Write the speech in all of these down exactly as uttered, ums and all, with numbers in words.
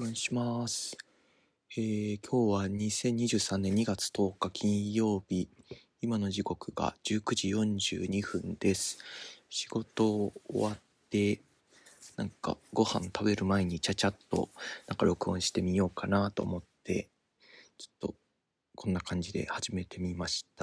録音します。えー、今日はにせんにじゅうさんねんにがつとおか金曜日。今の時刻がじゅうくじよんじゅうにふんです。仕事終わって、なんかご飯食べる前にちゃちゃっとなんか録音してみようかなと思って、ちょっとこんな感じで始めてみました。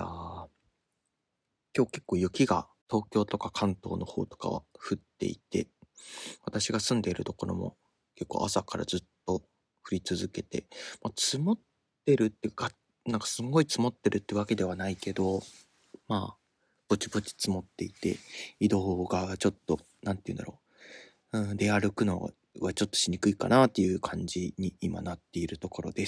今日結構雪が東京とか関東の方とかは降っていて、私が住んでいるところも結構朝からずっと降り続けて、まあ、積もってるっていうか、なんかすごい積もってるってわけではないけど、まあ、ぼちぼち積もっていて、移動がちょっと、なんて言うんだろう、うん、出歩くのはちょっとしにくいかなっていう感じに今なっているところです。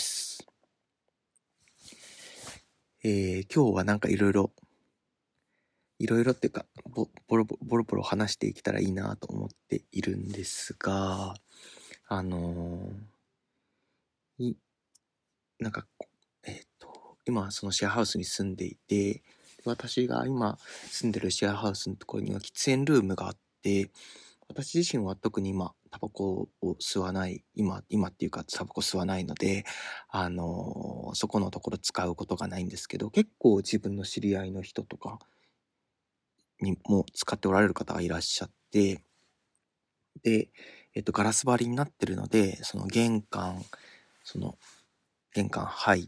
えー、今日はなんかいろいろ、いろいろっていうか、ぼ、ボロボロボロボロ話していけたらいいなと思っているんですが、あのー、いなんか、えっと、今そのシェアハウスに住んでいて、私が今住んでるシェアハウスのところには喫煙ルームがあって、私自身は特に今タバコを吸わない、今、今っていうかタバコ吸わないので、あのーそこのところ使うことがないんですけど、結構自分の知り合いの人とかにも使っておられる方がいらっしゃって、で、えっと、ガラス張りになってるので、その玄関、その玄関入って、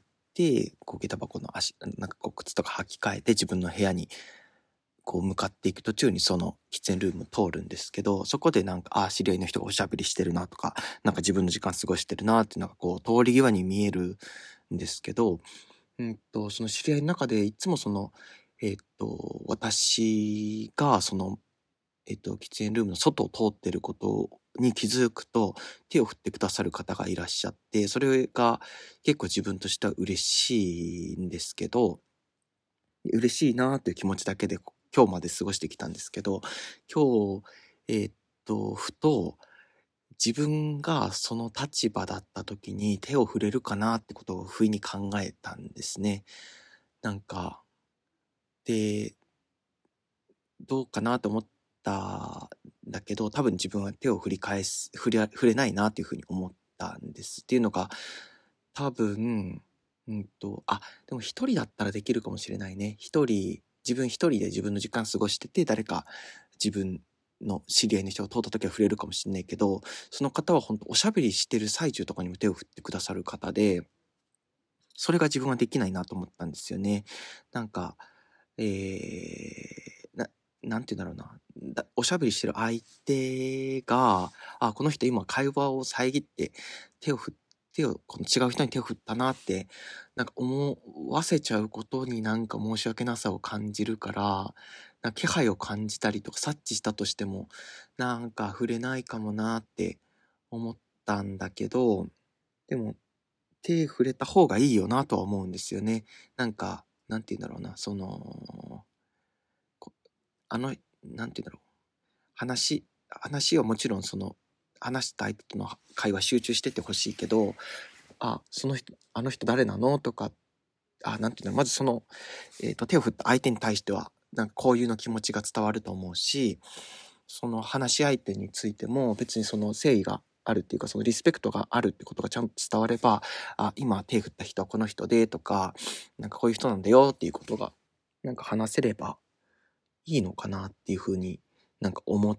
こう下駄箱の足、なんかこう靴とか履き替えて自分の部屋にこう向かっていく途中にその喫煙ルーム通るんですけど、そこでなんか、ああ、知り合いの人がおしゃべりしてるなとか、なんか自分の時間過ごしてるなって、なんかこう通り際に見えるんですけど、うんと、その知り合いの中でいつもその、えっと、私がそのえっと、喫煙ルームの外を通ってることに気づくと、手を振ってくださる方がいらっしゃって、それが結構自分としては嬉しいんですけど、嬉しいなという気持ちだけで今日まで過ごしてきたんですけど、今日、えーっと、ふと自分がその立場だった時に手を触れるかなってことを不意に考えたんですね。なんか、で、どうかなと思ったんだけど、多分自分は手を振り返す、振り、触れないなっていうふうに思ったんです。っていうのが、多分、うんと、あ、でも一人だったらできるかもしれないね。一人、自分一人で自分の時間過ごしてて、誰か自分の知り合いの人が通った時は触れるかもしれないけど、その方は本当おしゃべりしてる最中とかにも手を振ってくださる方で、それが自分はできないなと思ったんですよね。なんか、えー、な、なんて言うんだろうな。だおしゃべりしてる相手が、あ、この人今会話を遮って手を振って、手を、この違う人に手を振ったなって、なんか思わせちゃうことになんか申し訳なさを感じるから、なんか気配を感じたりとか察知したとしても、なんか触れないかもなって思ったんだけど、でも手触れた方がいいよなとは思うんですよね。なんか、なんて言うんだろうな、その、こあの、なんて言うんだろう。話、話はもちろんその、話した相手との会話集中しててほしいけど、あ、その人、あの人誰なのとか、あ、なんていうの、まずその、えっと、手を振った相手に対しては、なんか交友の気持ちが伝わると思うし、その話し相手についても別にその誠意があるっていうか、そのリスペクトがあるってことがちゃんと伝われば、あ、今手振った人はこの人でとか、なんかこういう人なんだよっていうことが、なんか話せればいいのかなっていうふうになんか思って、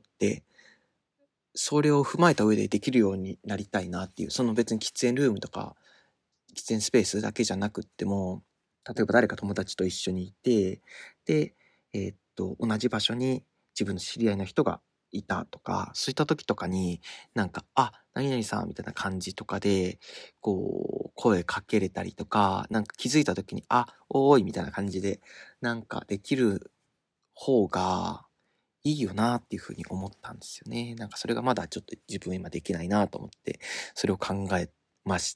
それを踏まえた上でできるようになりたいなっていう、その別に喫煙ルームとか、喫煙スペースだけじゃなくっても、例えば誰か友達と一緒にいて、で、えーっと、同じ場所に自分の知り合いの人がいたとか、そういった時とかに、なんか、あ、何々さんみたいな感じとかで、こう、声かけれたりとか、なんか気づいた時に、あ、おーいみたいな感じで、なんかできる方がいいよなっていうふうに思ったんですよね。なんかそれがまだちょっと自分は今できないなと思って、それを考えました。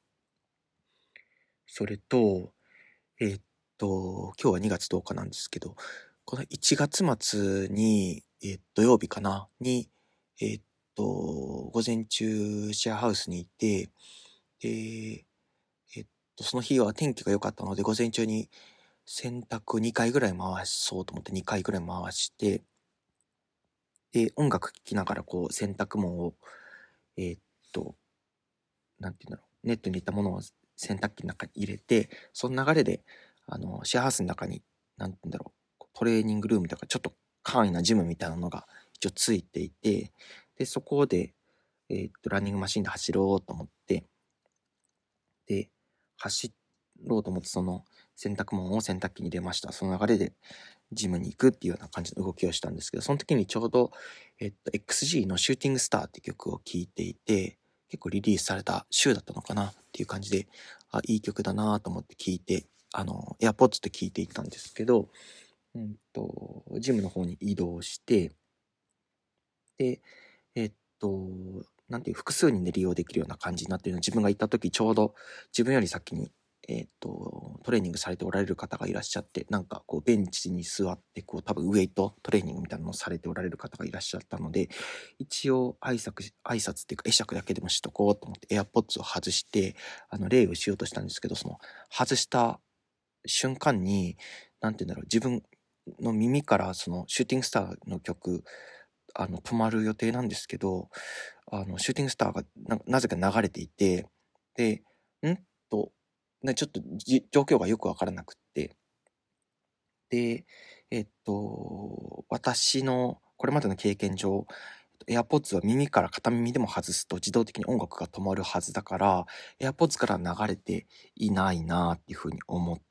それと、えーっと、今日はにがつとおかなんですけど、このいちがつ末に、えー土曜日かなに、えーっと、午前中シェアハウスにいて、で、えーっと、その日は天気が良かったので、午前中に洗濯にかいぐらい回そうと思ってにかいぐらい回して、で、音楽聴きながらこう洗濯物を、えーっと、 なんていうんだろう、ネットに入れたものを洗濯機の中に入れて、その流れで、あの、シェアハウスの中に、なんていうんだろう、トレーニングルームとか、ちょっと簡易なジムみたいなのが一応ついていて、で、そこで、えーっと、ランニングマシンで走ろうと思って、で、走ろうと思って、その洗濯物を洗濯機に入れました。その流れでジムに行くっていうような感じの動きをしたんですけど、その時にちょうど、えっと、エックスジー のシューティングスターって曲を聴いていて、結構リリースされた週だったのかなっていう感じで、あ、いい曲だなと思って聴いて、あの、AirPods で聴いていったんですけど、うんと、ジムの方に移動して、で、えっと、なんていう、複数人で利用できるような感じになっているの自分が行った時ちょうど自分より先に、えっと、トレーニングされておられる方がいらっしゃって、なんかこうベンチに座って、こう多分ウェイトトレーニングみたいなのをされておられる方がいらっしゃったので、一応挨拶、挨拶っていうか会釈だけでもしとこうと思って AirPods を外して、あの、礼をしようとしたんですけど、その外した瞬間に、なんて言うんだろう、自分の耳からそのシューティングスターの曲、あの、止まる予定なんですけど、あの、シューティングスターがな、なぜか流れていて、で、んと、ね、ちょっとじ状況がよくわからなくって、で、えっと、私のこれまでの経験上、AirPods は耳から片耳でも外すと自動的に音楽が止まるはずだから、AirPods から流れていないなっていうふうに思って、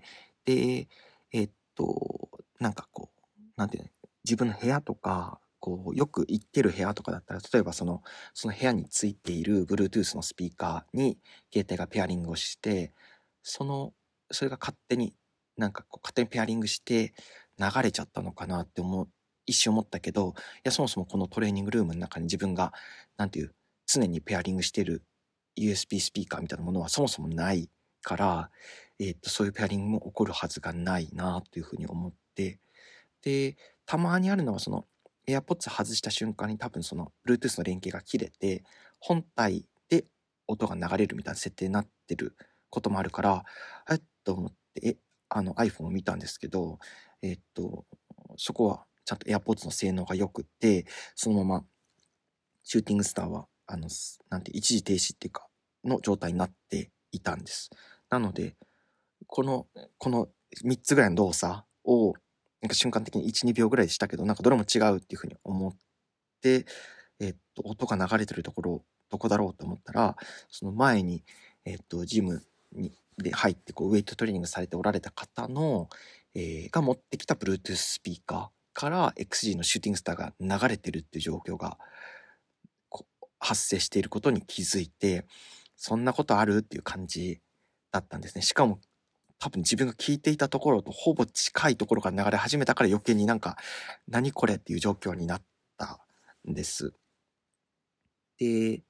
で、えっと、なんかこう、なんていうの、自分の部屋とか、こう、よく行ってる部屋とかだったら、例えばその、その部屋についている Bluetooth のスピーカーに携帯がペアリングをして、その、それが勝手に、なんかこう、勝手にペアリングして流れちゃったのかなって思う、一瞬思ったけど、いや、そもそもこのトレーニングルームの中に自分が、なんていう、常にペアリングしている ユーエスビー スピーカーみたいなものはそもそもないから、えっと、そういうペアリングも起こるはずがないなというふうに思って、で、たまにあるのはその AirPods 外した瞬間に多分その Bluetooth の連携が切れて、本体で音が流れるみたいな設定になってることもあるから、えっと思って、え、あの iPhone を見たんですけど、えっと、そこはちゃんと AirPods の性能が良くって、そのままシューティングスターは、あの、なんて一時停止っていうか、の状態になっていたんです。なので、この、このみっつぐらいの動作を、なんか瞬間的にいち、にびょうぐらいしたけど、なんかどれも違うっていうふうに思って、えっと、音が流れてるところ、どこだろうと思ったら、その前に、えっと、ジムに、で入って、こう、ウェイトトレーニングされておられた方の、えーが持ってきた Bluetooth スピーカーから エックスジー のシューティングスターが流れてるっていう状況がこ発生していることに気づいて、そんなことあるっていう感じだったんですね。しかも多分自分が聞いていたところとほぼ近いところから流れ始めたから余計になんか、何これっていう状況になったんです。で、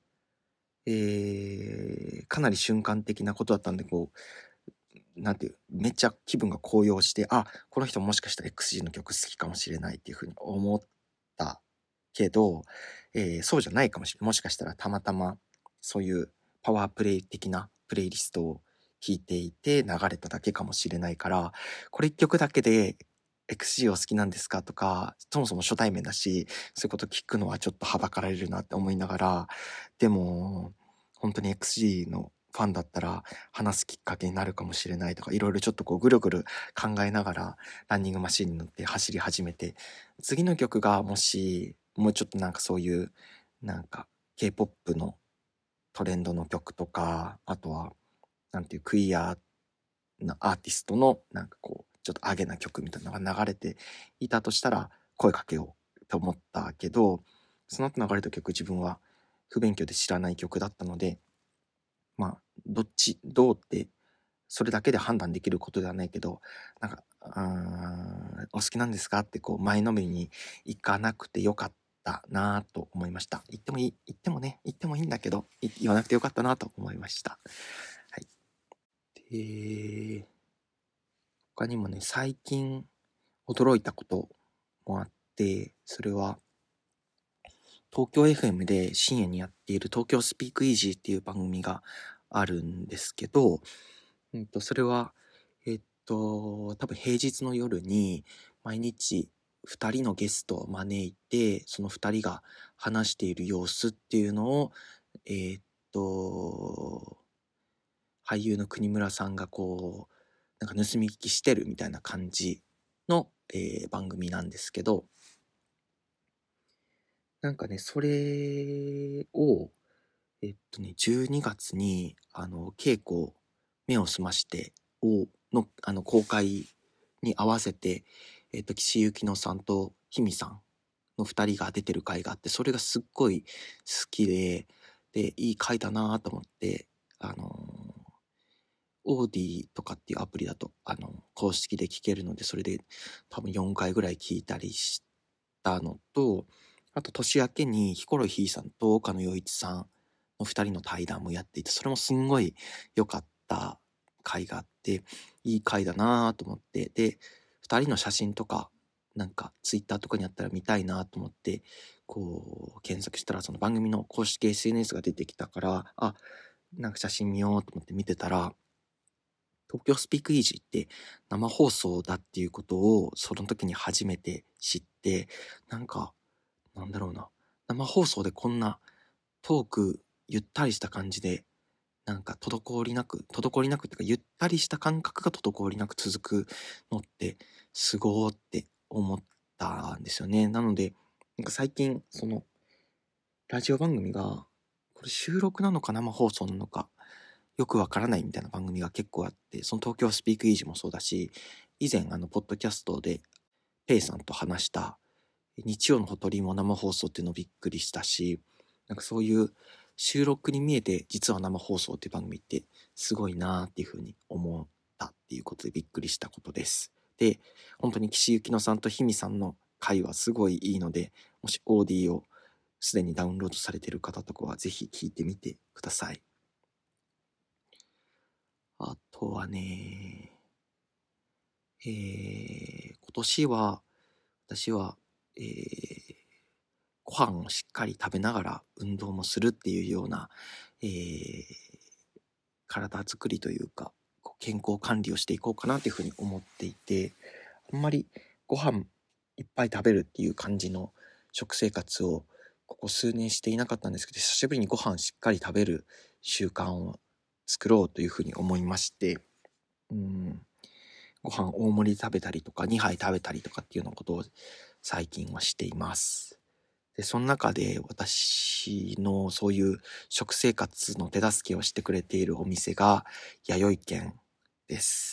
えー、かなり瞬間的なことだったんで、こう、なんていう、めっちゃ気分が高揚して、あ、この人もしかしたら エックスジー の曲好きかもしれないっていうふうに思ったけど、えーそうじゃないかもしれない。もしかしたらたまたまそういうパワープレイ的なプレイリストを聴いていて流れただけかもしれないから、これ一曲だけで エックスジー を好きなんですかとか、そもそも初対面だし、そういうこと聞くのはちょっとはばかられるなって思いながら、でも、本当に エックスジー のファンだったら話すきっかけになるかもしれないとか、いろいろちょっとこうぐるぐる考えながらランニングマシンに乗って走り始めて、次の曲がもし、もうちょっとなんかそういう、なんか K-ポップ のトレンドの曲とか、あとは、なんていうクイアなアーティストのなんかこう、ちょっとアゲな曲みたいなのが流れていたとしたら、声かけようと思ったけど、その後流れた曲自分は不勉強で知らない曲だったので、まあ、どっち、どうって、それだけで判断できることではないけど、なんか、あーお好きなんですかってこう前のめりに行かなくてよかったなぁと思いました。言ってもいい、言ってもね、言ってもいいんだけど、い言わなくてよかったなと思いました。はい。で、他にもね、最近驚いたこともあって、それは東京 エフエム で深夜にやっている東京スピークイージーっていう番組があるんですけど、うんと、それは、えっと、多分平日の夜に毎日ふたりのゲストを招いて、そのふたりが話している様子っていうのを、えーっと、俳優の国村さんがこう、なんか盗み聞きしてるみたいな感じの、えー番組なんですけど、なんかね、それを、えっとね、じゅうにがつに、あの、稽古、目を澄ましてを、の、あの、公開に合わせて、えっと、岸井ゆきのさんとひみさんのふたりが出てる回があって、それがすっごい好きで、で、いい回だなと思って、あのオーディとかっていうアプリだと、あの、公式で聞けるので、それで多分よんかいぐらい聞いたりしたのと、あと年明けにヒコロヒーさんと岡野陽一さんのふたりの対談もやっていて、それもすんごい良かった回があって、いい回だなと思って、で、ふたりの写真とか、なんかツイッターとかにあったら見たいなと思って、こう、検索したらその番組の公式 エスエヌエス が出てきたから、あ、なんか写真見ようと思って見てたら、東京スピークイージーって生放送だっていうことをその時に初めて知って、なんか、なんだろうな、生放送でこんなトークゆったりした感じで、なんか滞りなく、滞りなくっていうかゆったりした感覚が滞りなく続くのってすごーって思ったんですよね。なので、なんか最近そのラジオ番組が、これ収録なのか生放送なのか、よくわからないみたいな番組が結構あって、その東京スピークイージーもそうだし、以前あの、ポッドキャストでペイさんと話した日曜のほとりも生放送っていうのびっくりしたし、なんかそういう収録に見えて実は生放送っていう番組ってすごいなーっていうふうに思ったっていうことでびっくりしたことです。で、本当に岸由紀乃さんとひみさんの会はすごいいいので、もしオーディをすでにダウンロードされている方とかはぜひ聞いてみてください。あとはね、えー、今年は、私は、えー、ご飯をしっかり食べながら運動もするっていうような、えー、体作りというか、こう健康管理をしていこうかなというふうに思っていて、あんまりご飯いっぱい食べるっていう感じの食生活をここ数年していなかったんですけど、久しぶりにご飯しっかり食べる習慣を作ろうというふうに思いまして、うん、ご飯大盛り食べたりとかにはい食べたりとかっていうようなことを最近はしています。で、その中で私のそういう食生活の手助けをしてくれているお店が弥生軒です。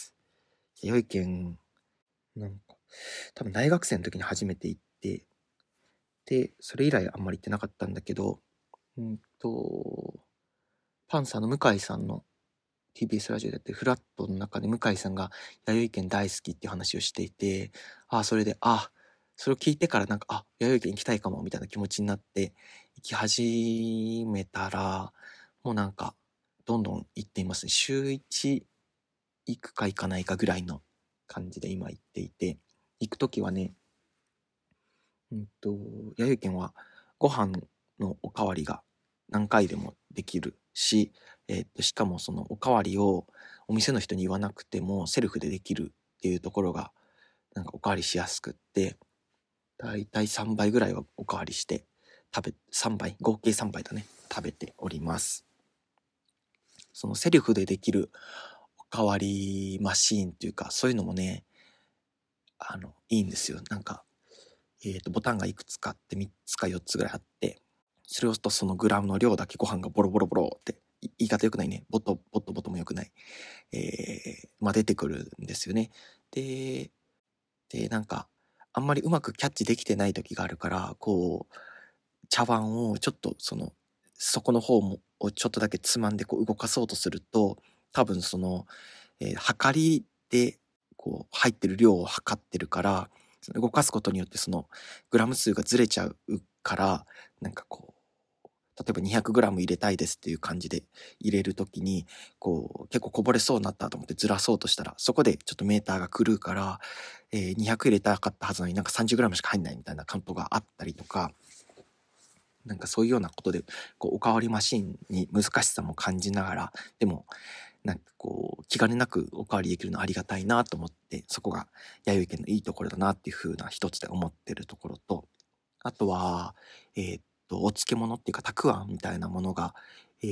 弥生軒、なんか多分大学生の時に初めて行って、で、それ以来あんまり行ってなかったんだけど、うんと、パンサーの向井さんの ティービーエス ラジオでやってるフラットの中で向井さんが弥生県大好きっていう話をしていて、ああ、それで、あ、それを聞いてからなんか、あ、弥生県行きたいかもみたいな気持ちになって行き始めたら、もうなんか、どんどん行っていますね。週いち行くか行かないかぐらいの感じで今行っていて、行くときはね、うんと、弥生県はご飯のおかわりが何回でもできるし、えっと、しかもそのおかわりをお店の人に言わなくてもセルフでできるっていうところが、なんかおかわりしやすくって、だいたいさんばいぐらいはおかわりして食べ、さんばい、合計さんばいだね、食べております。そのセルフでできるおかわりマシーンっていうか、そういうのもね、あの、いいんですよ。なんか、えっと、ボタンがいくつかあってみっつかよっつぐらいあって、それを押すとそのグラムの量だけご飯がボロボロボロって、い言い方良くないね。ボト、ボトボトも良くない。えー、まあ出てくるんですよね。で、で、なんか、あんまりうまくキャッチできてない時があるから、こう、茶碗をちょっとその、底の方もをちょっとだけつまんでこう動かそうとすると、多分その、えー、測りでこう入ってる量を測ってるから、その動かすことによってそのグラム数がずれちゃうから、なんかこう、例えば にひゃくグラム 入れたいですっていう感じで入れるときに、こう、結構こぼれそうになったと思ってずらそうとしたら、そこでちょっとメーターが狂うから、えー、にひゃく入れたかったはずなのになんか さんじゅうグラム しか入んないみたいなカウントがあったりとか、なんかそういうようなことで、こう、おかわりマシンに難しさも感じながら、でも、なんかこう、気兼ねなくおかわりできるのありがたいなと思って、そこが弥生県のいいところだなっていうふうな一つで思ってるところと、あとは、えーっと、お漬物っていうか、たくあんみたいなものが、えーっと、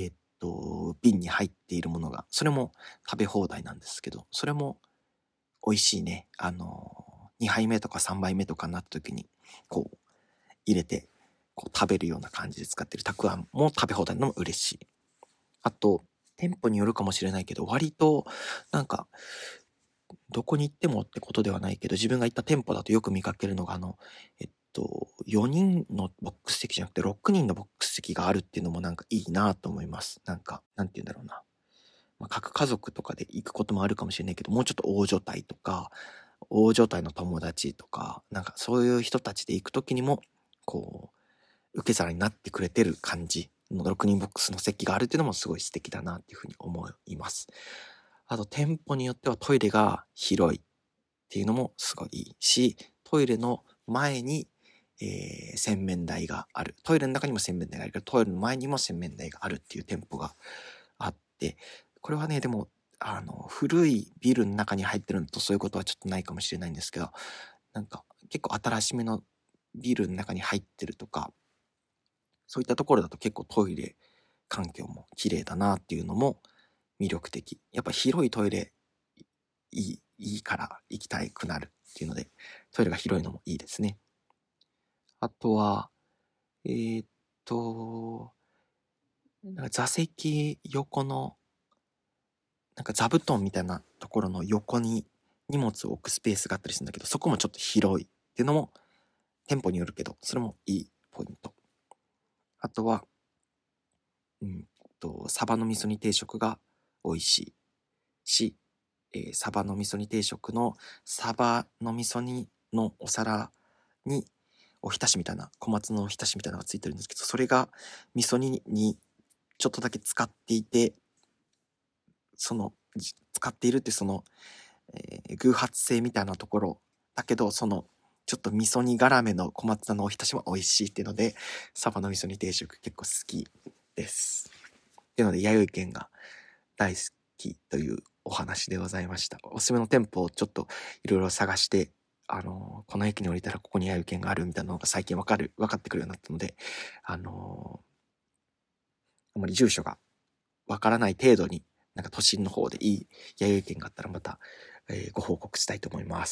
と、瓶に入っているものが、それも食べ放題なんですけど、それも美味しいね。あの、にはいめとかさんばいめとかになった時に、こう、入れて、こう食べるような感じで使ってるたくあんも食べ放題のも嬉しい。あと、店舗によるかもしれないけど、割と、なんか、どこに行ってもってことではないけど、自分が行った店舗だとよく見かけるのが、あの、えっと、よにんのボックス席じゃなくてろくにんのボックス席があるっていうのもなんかいいなと思います。なんか、なんて言うんだろうな。まあ、各家族とかで行くこともあるかもしれないけど、もうちょっと大所帯とか、大所帯の友達とか、なんかそういう人たちで行くときにも、こう、受け皿になってくれてる感じのろくにんボックスの席があるっていうのもすごい素敵だなっていうふうに思います。あと店舗によってはトイレが広いっていうのもすごいいいし、トイレの前に、えー洗面台がある。トイレの中にも洗面台があるけど、トイレの前にも洗面台があるっていう店舗があって、これはね、でも、あの、古いビルの中に入ってるのとそういうことはちょっとないかもしれないんですけど、なんか結構新しめのビルの中に入ってるとか、そういったところだと結構トイレ環境も綺麗だなっていうのも魅力的。やっぱ広いトイレいい、いいから行きたくなるっていうので、トイレが広いのもいいですね。あとは、えーっと、なんか座席横の、なんか座布団みたいなところの横に荷物を置くスペースがあったりするんだけど、そこもちょっと広いっていうのも店舗によるけど、それもいいポイント。あとは、うんと、サバの味噌煮定食が美味しいし、えーサバの味噌煮定食のサバの味噌煮のお皿におひたしみたいな、小松のおひたしみたいなのがついてるんですけど、それが味噌煮にちょっとだけ使っていて、その、じ使っているってその、えー偶発性みたいなところ、だけど、その、ちょっと味噌煮絡めの小松菜のおひたしも美味しいっていうので、サバの味噌煮定食結構好きです。っていうので、弥生県が大好きというお話でございました。おすすめの店舗をちょっといろいろ探して、あのーこの駅に降りたらここに弥生県があるみたいなのが最近わかる、分かってくるようになったので、あのーあまり住所がわからない程度に、なんか都心の方でいい弥生県があったらまた、えーご報告したいと思います。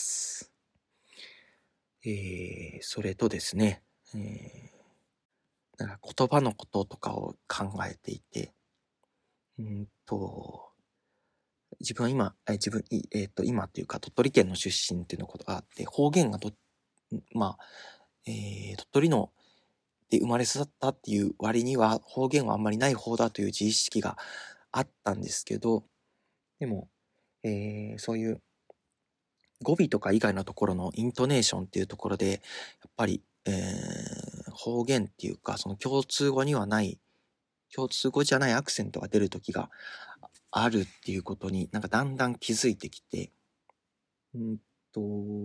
えー、それとですね、えー、なんか言葉のこととかを考えていて、うんと、自分は今、え自分、いえっと、今っていうか、鳥取県の出身っていうのことがあって、方言がと、まあ、えー、鳥取ので生まれ育ったっていう割には、方言はあんまりない方だという自意識があったんですけど、でも、えー、そういう語尾とか以外のところのイントネーションっていうところで、やっぱり、えー、方言っていうか、その共通語にはない、共通語じゃないアクセントが出る時があるっていうことになんかだんだん気づいてきて、うんと、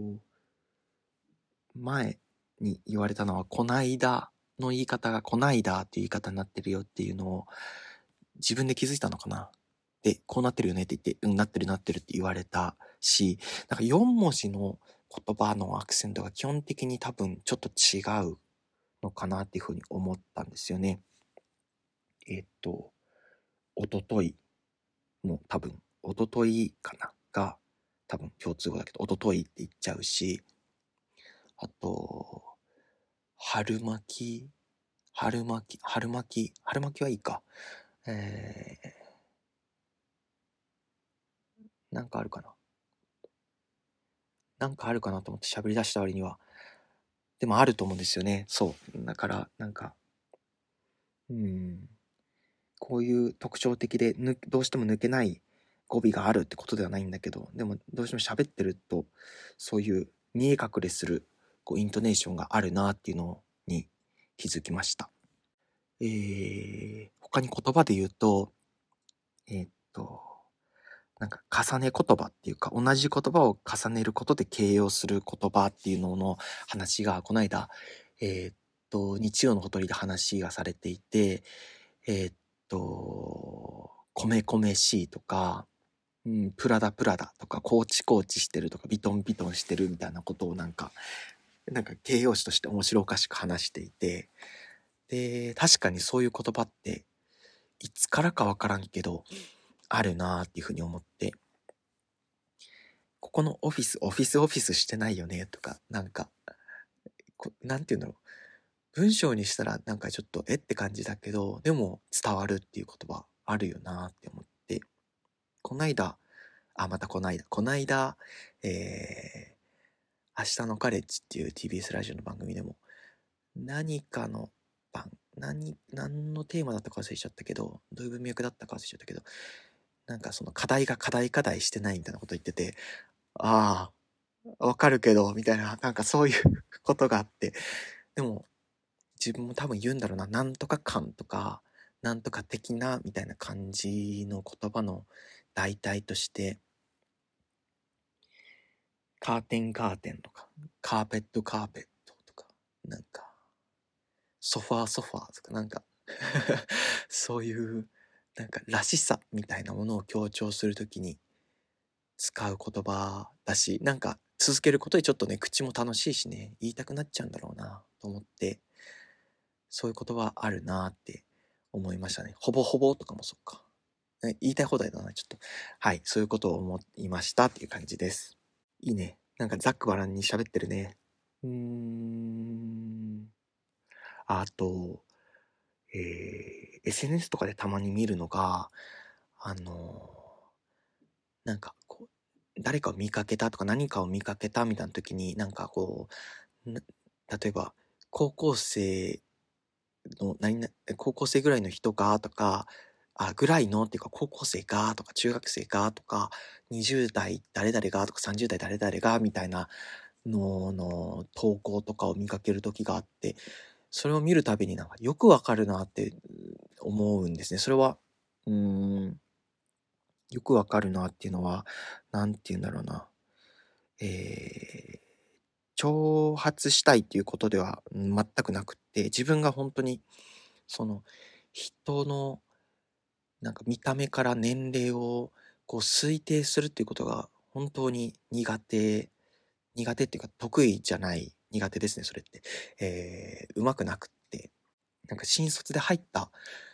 前に言われたのは、こないだの言い方がこないだっていう言い方になってるよっていうのを自分で気づいたのかな。で、こうなってるよねって言って、うん、なってるなってるって言われたし、なんかよん文字の言葉のアクセントが基本的に多分ちょっと違うのかなっていうふうに思ったんですよね。えっと、おとといも多分、おとといかなが多分共通語だけど、おとといって言っちゃうし、あと、春巻き、春巻き、春巻き、春巻きはいいか。えー、なんかあるかな。なんかあるかなと思って喋り出した割には。でもあると思うんですよね。そう。だから、なんか、うん、こういう特徴的でぬ、どうしても抜けない語尾があるってことではないんだけど、でもどうしても喋ってると、そういう見え隠れするこうイントネーションがあるなっていうのに気づきました。えー、他に言葉で言うと、えーっと、なんか重ね言葉っていうか、同じ言葉を重ねることで形容する言葉っていうのの話が、この間、えーっと、日曜のほとりで話がされていて、えーっと、米米しいとか、うん、プラダプラダとか、コーチコーチしてるとか、ビトンビトンしてるみたいなことをなんか、なんか形容詞として面白おかしく話していて、で、確かにそういう言葉っていつからかわからんけど、あるなーっていうふうに思って、ここのオフィス、オフィスオフィスしてないよねとか、なんか、こなんていうんだろう。文章にしたらなんかちょっとえって感じだけど、でも伝わるっていう言葉あるよなーって思って、こないだ、あ、またこないだ、こないだ、えー、明日のカレッジっていう ティービーエス ラジオの番組でも、何かの番、何、何のテーマだったか忘れちゃったけど、どういう文脈だったか忘れちゃったけど、なんかその課題が課題課題してないみたいなこと言ってて、ああ、わかるけど、みたいな、なんかそういうことがあって、でも自分も多分言うんだろうな、なんとか感とか、なんとか的な、みたいな感じの言葉の代替として、カーテンカーテンとか、カーペットカーペットとか、なんか、ソファーソファーとか、なんかそういう、なんからしさみたいなものを強調するときに使う言葉だし、なんか続けることでちょっとね、口も楽しいしね、言いたくなっちゃうんだろうなと思って、そういう言葉あるなって思いましたね。ほぼほぼとかもそっか。ね言いたい放題だな、ちょっと。はい、そういうことを思いましたっていう感じです。いいね。なんかざっくばらんに喋ってるね。うーん。あと、えー、エスエヌエス とかでたまに見るのが、あのーなんかこう、誰かを見かけたとか何かを見かけたみたいな時に、なんかこう、な例えば、高校生の、何々高校生ぐらいの人がとか、あ、ぐらいのっていうか、高校生がとか、中学生がとか、にじゅう代誰々がとか、さんじゅう代誰々がみたいなのの投稿とかを見かける時があって、それを見るたびになんかよくわかるなって思うんですね。それは、うーん、よくわかるなっていうのは、なんて言うんだろうな。えー、挑発したいっていうことでは全くなくって、自分が本当に、その、人の、なんか見た目から年齢をこう推定するっていうことが本当に苦手、苦手っていうか得意じゃない、苦手ですね、それって。えー、うまくなくって。なんか新卒で入った、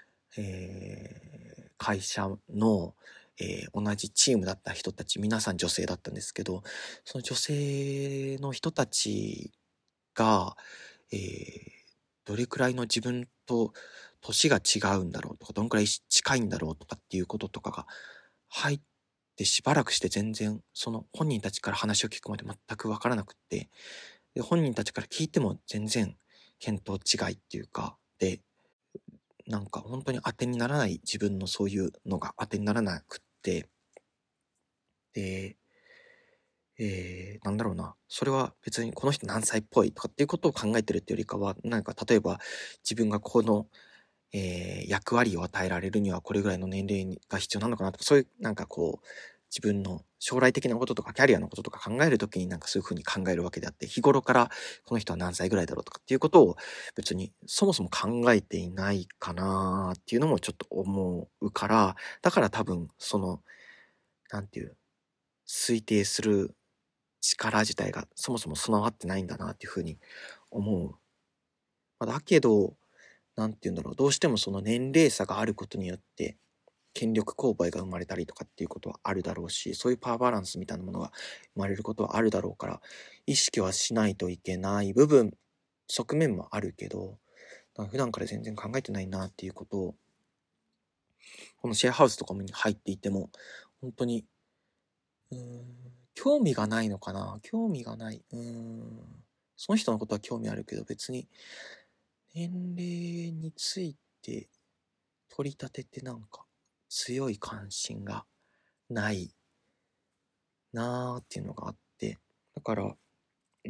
えー、会社の、えー、同じチームだった人たち、皆さん女性だったんですけど、その女性の人たちが、えー、どれくらいの自分と年が違うんだろうとか、どんくらい近いんだろうとかっていうこととかが入ってしばらくして全然、その本人たちから話を聞くまで全くわからなくって、で、本人たちから聞いても全然見当違いっていうか、で、なんか本当に当てにならない自分のそういうのが当てにならなくって、で、えー、なんだろうな。それは別にこの人何歳っぽいとかっていうことを考えてるっていうよりかは、なんか例えば自分がこの、えー、役割を与えられるにはこれぐらいの年齢が必要なのかなとか、そういうなんかこう、自分の将来的なこととかキャリアのこととか考えるときになんかそういうふうに考えるわけであって、日頃からこの人は何歳ぐらいだろうとかっていうことを別にそもそも考えていないかなっていうのもちょっと思うから、だから多分その、なんていう、推定する力自体がそもそも備わってないんだなっていうふうに思う。まあだけど、なんて言うんだろう、どうしてもその年齢差があることによって、権力勾配が生まれたりとかっていうことはあるだろうし、そういうパワーバランスみたいなものが生まれることはあるだろうから、意識はしないといけない部分、側面もあるけど、なんか普段から全然考えてないなっていうことを、このシェアハウスとかに入っていても、本当に、うーん、興味がないのかな興味がない。うーん。その人のことは興味あるけど、別に年齢について取り立ててなんか強い関心がないなーっていうのがあって、だから、うん、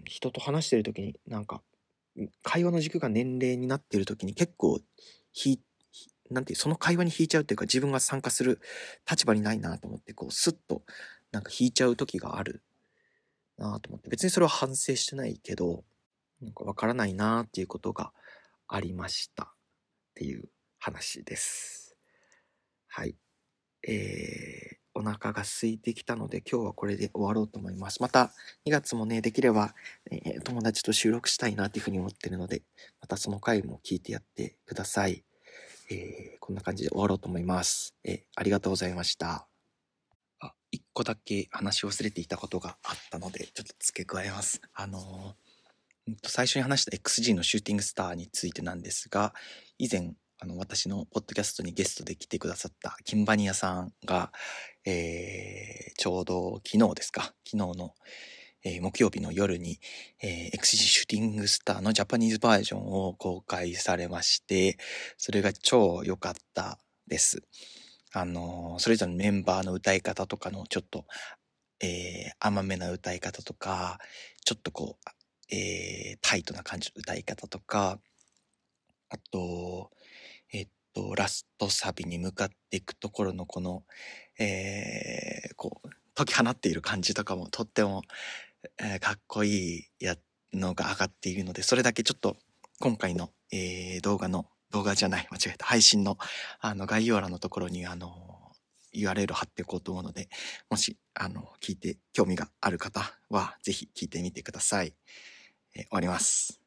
人と話してる時になんか、会話の軸が年齢になっている時に結構、ひ、ひなんていう、その会話に引いちゃうっていうか、自分が参加する立場にないなと思って、こう、スッと、なんか引いちゃう時があるなと思って、別にそれは反省してないけど、なんかわからないなっていうことがありましたっていう話です。はい。えー、お腹が空いてきたので今日はこれで終わろうと思います。またにがつもね、できれば、えー友達と収録したいなっていうふうに思ってるので、またその回も聞いてやってください。 えー、こんな感じで終わろうと思います。えー、ありがとうございました。あ、一個だけ話し忘れていたことがあったので、ちょっと付け加えます。あのー、うんと最初に話した エックスジー のシューティングスターについてなんですが、以前、あの、私のポッドキャストにゲストで来てくださったキンバニアさんが、えー、ちょうど昨日ですか、昨日の、えー木曜日の夜に、えー エックスジー シューティングスターのジャパニーズバージョンを公開されまして、それが超良かったです。あのーそれぞれのメンバーの歌い方とかのちょっと、えー甘めな歌い方とか、ちょっとこう、えータイトな感じの歌い方とか、あと、えっと、ラストサビに向かっていくところのこの、えーこう、解き放っている感じとかもとっても、えーかっこいいやのが上がっているので、それだけちょっと今回の、えー動画の、動画じゃない、間違えた、配信のあの概要欄のところにあの ユーアールエル 貼っておこうと思うので、もしあの聞いて興味がある方はぜひ聞いてみてください。えー終わります。